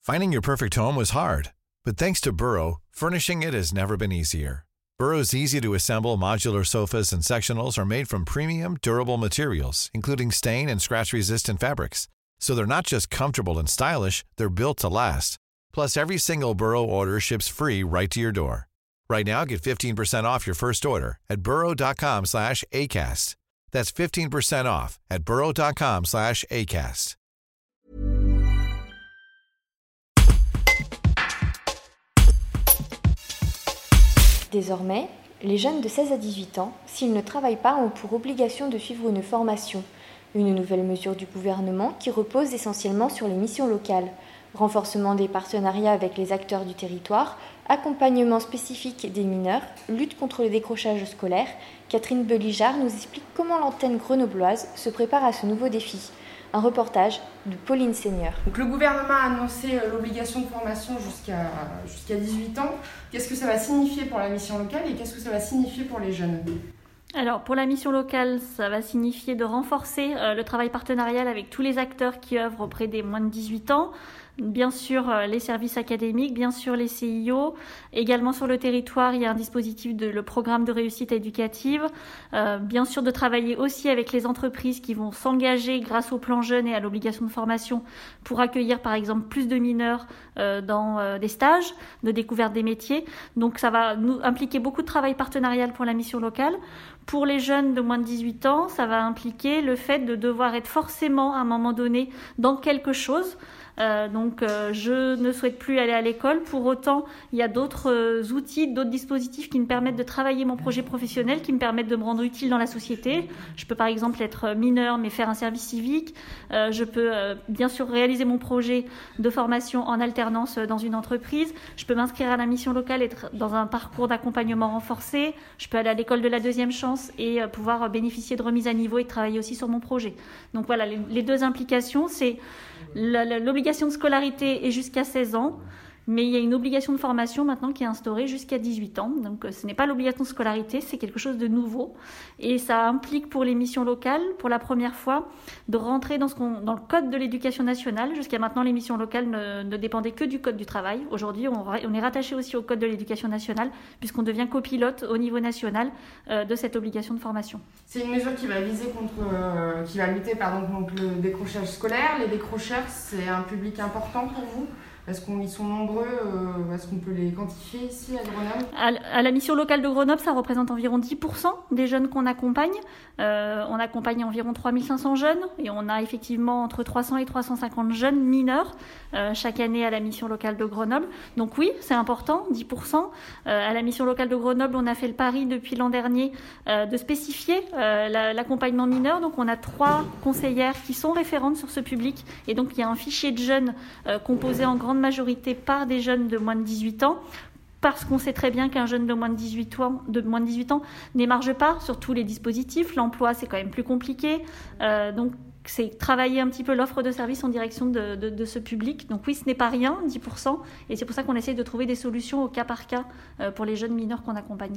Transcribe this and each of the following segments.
Finding your perfect home was hard, but thanks to Burrow, furnishing it has never been easier. Burrow's easy-to-assemble modular sofas and sectionals are made from premium, durable materials, including stain and scratch-resistant fabrics. So they're not just comfortable and stylish, they're built to last. Plus, every single Burrow order ships free right to your door. Right now, get 15% off your first order at burrow.com/ACAST. That's 15% off at burrow.com/ACAST. Désormais, les jeunes de 16 à 18 ans, s'ils ne travaillent pas, ont pour obligation de suivre une formation. Une nouvelle mesure du gouvernement qui repose essentiellement sur les missions locales. Renforcement des partenariats avec les acteurs du territoire, accompagnement spécifique des mineurs, lutte contre le décrochage scolaire. Catherine Beligard nous explique comment l'antenne grenobloise se prépare à ce nouveau défi. Un reportage de Pauline Seigneur. Donc le gouvernement a annoncé l'obligation de formation jusqu'à 18 ans. Qu'est-ce que ça va signifier pour la mission locale et qu'est-ce que ça va signifier pour les jeunes ? Alors pour la mission locale, ça va signifier de renforcer le travail partenarial avec tous les acteurs qui œuvrent auprès des moins de 18 ans. Bien sûr, les services académiques, bien sûr les CIO. Également sur le territoire, il y a un dispositif le programme de réussite éducative. Bien sûr, de travailler aussi avec les entreprises qui vont s'engager grâce au plan jeune et à l'obligation de formation pour accueillir par exemple plus de mineurs dans des stages de découverte des métiers. Donc ça va nous impliquer beaucoup de travail partenarial pour la mission locale. Pour les jeunes de moins de 18 ans, ça va impliquer le fait de devoir être forcément à un moment donné dans quelque chose. Je ne souhaite plus aller à l'école. Pour autant, il y a d'autres outils, d'autres dispositifs qui me permettent de travailler mon projet professionnel, qui me permettent de me rendre utile dans la société. Je peux par exemple être mineur mais faire un service civique. Je peux bien sûr réaliser mon projet de formation en alternance dans une entreprise. Je peux m'inscrire à la mission locale, être dans un parcours d'accompagnement renforcé. Je peux aller à l'école de la deuxième chance et pouvoir bénéficier de remise à niveau et de travailler aussi sur mon projet. Donc voilà, les deux implications, c'est l'obligation de scolarité est jusqu'à 16 ans, mais il y a une obligation de formation maintenant qui est instaurée jusqu'à 18 ans. Donc ce n'est pas l'obligation de scolarité, c'est quelque chose de nouveau. Et ça implique pour les missions locales, pour la première fois, de rentrer dans le code de l'éducation nationale. Jusqu'à maintenant, les missions locales ne dépendaient que du code du travail. Aujourd'hui, on est rattaché aussi au code de l'éducation nationale, puisqu'on devient copilote au niveau national de cette obligation de formation. C'est une mesure qui va lutter contre le décrochage scolaire. Les décrocheurs, c'est un public important pour vous ? Est-ce qu'ils sont nombreux ? Est-ce qu'on peut les quantifier ici à Grenoble ? À la mission locale de Grenoble, ça représente environ 10% des jeunes qu'on accompagne. On accompagne environ 3500 jeunes et on a effectivement entre 300 et 350 jeunes mineurs chaque année à la mission locale de Grenoble. Donc oui, c'est important, 10%. À la mission locale de Grenoble, on a fait le pari depuis l'an dernier de spécifier l'accompagnement mineur. Donc on a 3 conseillères qui sont référentes sur ce public et donc il y a un fichier de jeunes composé en grande majorité par des jeunes de moins de 18 ans, parce qu'on sait très bien qu'un jeune de moins de 18 ans n'émarge pas sur tous les dispositifs. L'emploi, c'est quand même plus compliqué. Donc, c'est travailler un petit peu l'offre de services en direction de ce public. Donc oui, ce n'est pas rien, 10%. Et c'est pour ça qu'on essaye de trouver des solutions au cas par cas pour les jeunes mineurs qu'on accompagne.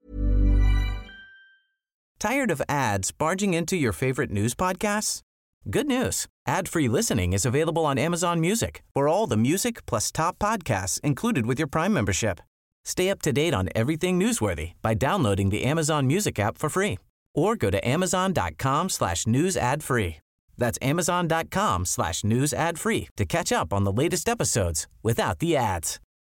Tired of ads barging into your favorite news podcasts? Good news. Ad-free listening is available on Amazon Music for all the music plus top podcasts included with your Prime membership. Stay up to date on everything newsworthy by downloading the Amazon Music app for free or go to amazon.com/news ad free. That's amazon.com/news ad free to catch up on the latest episodes without the ads.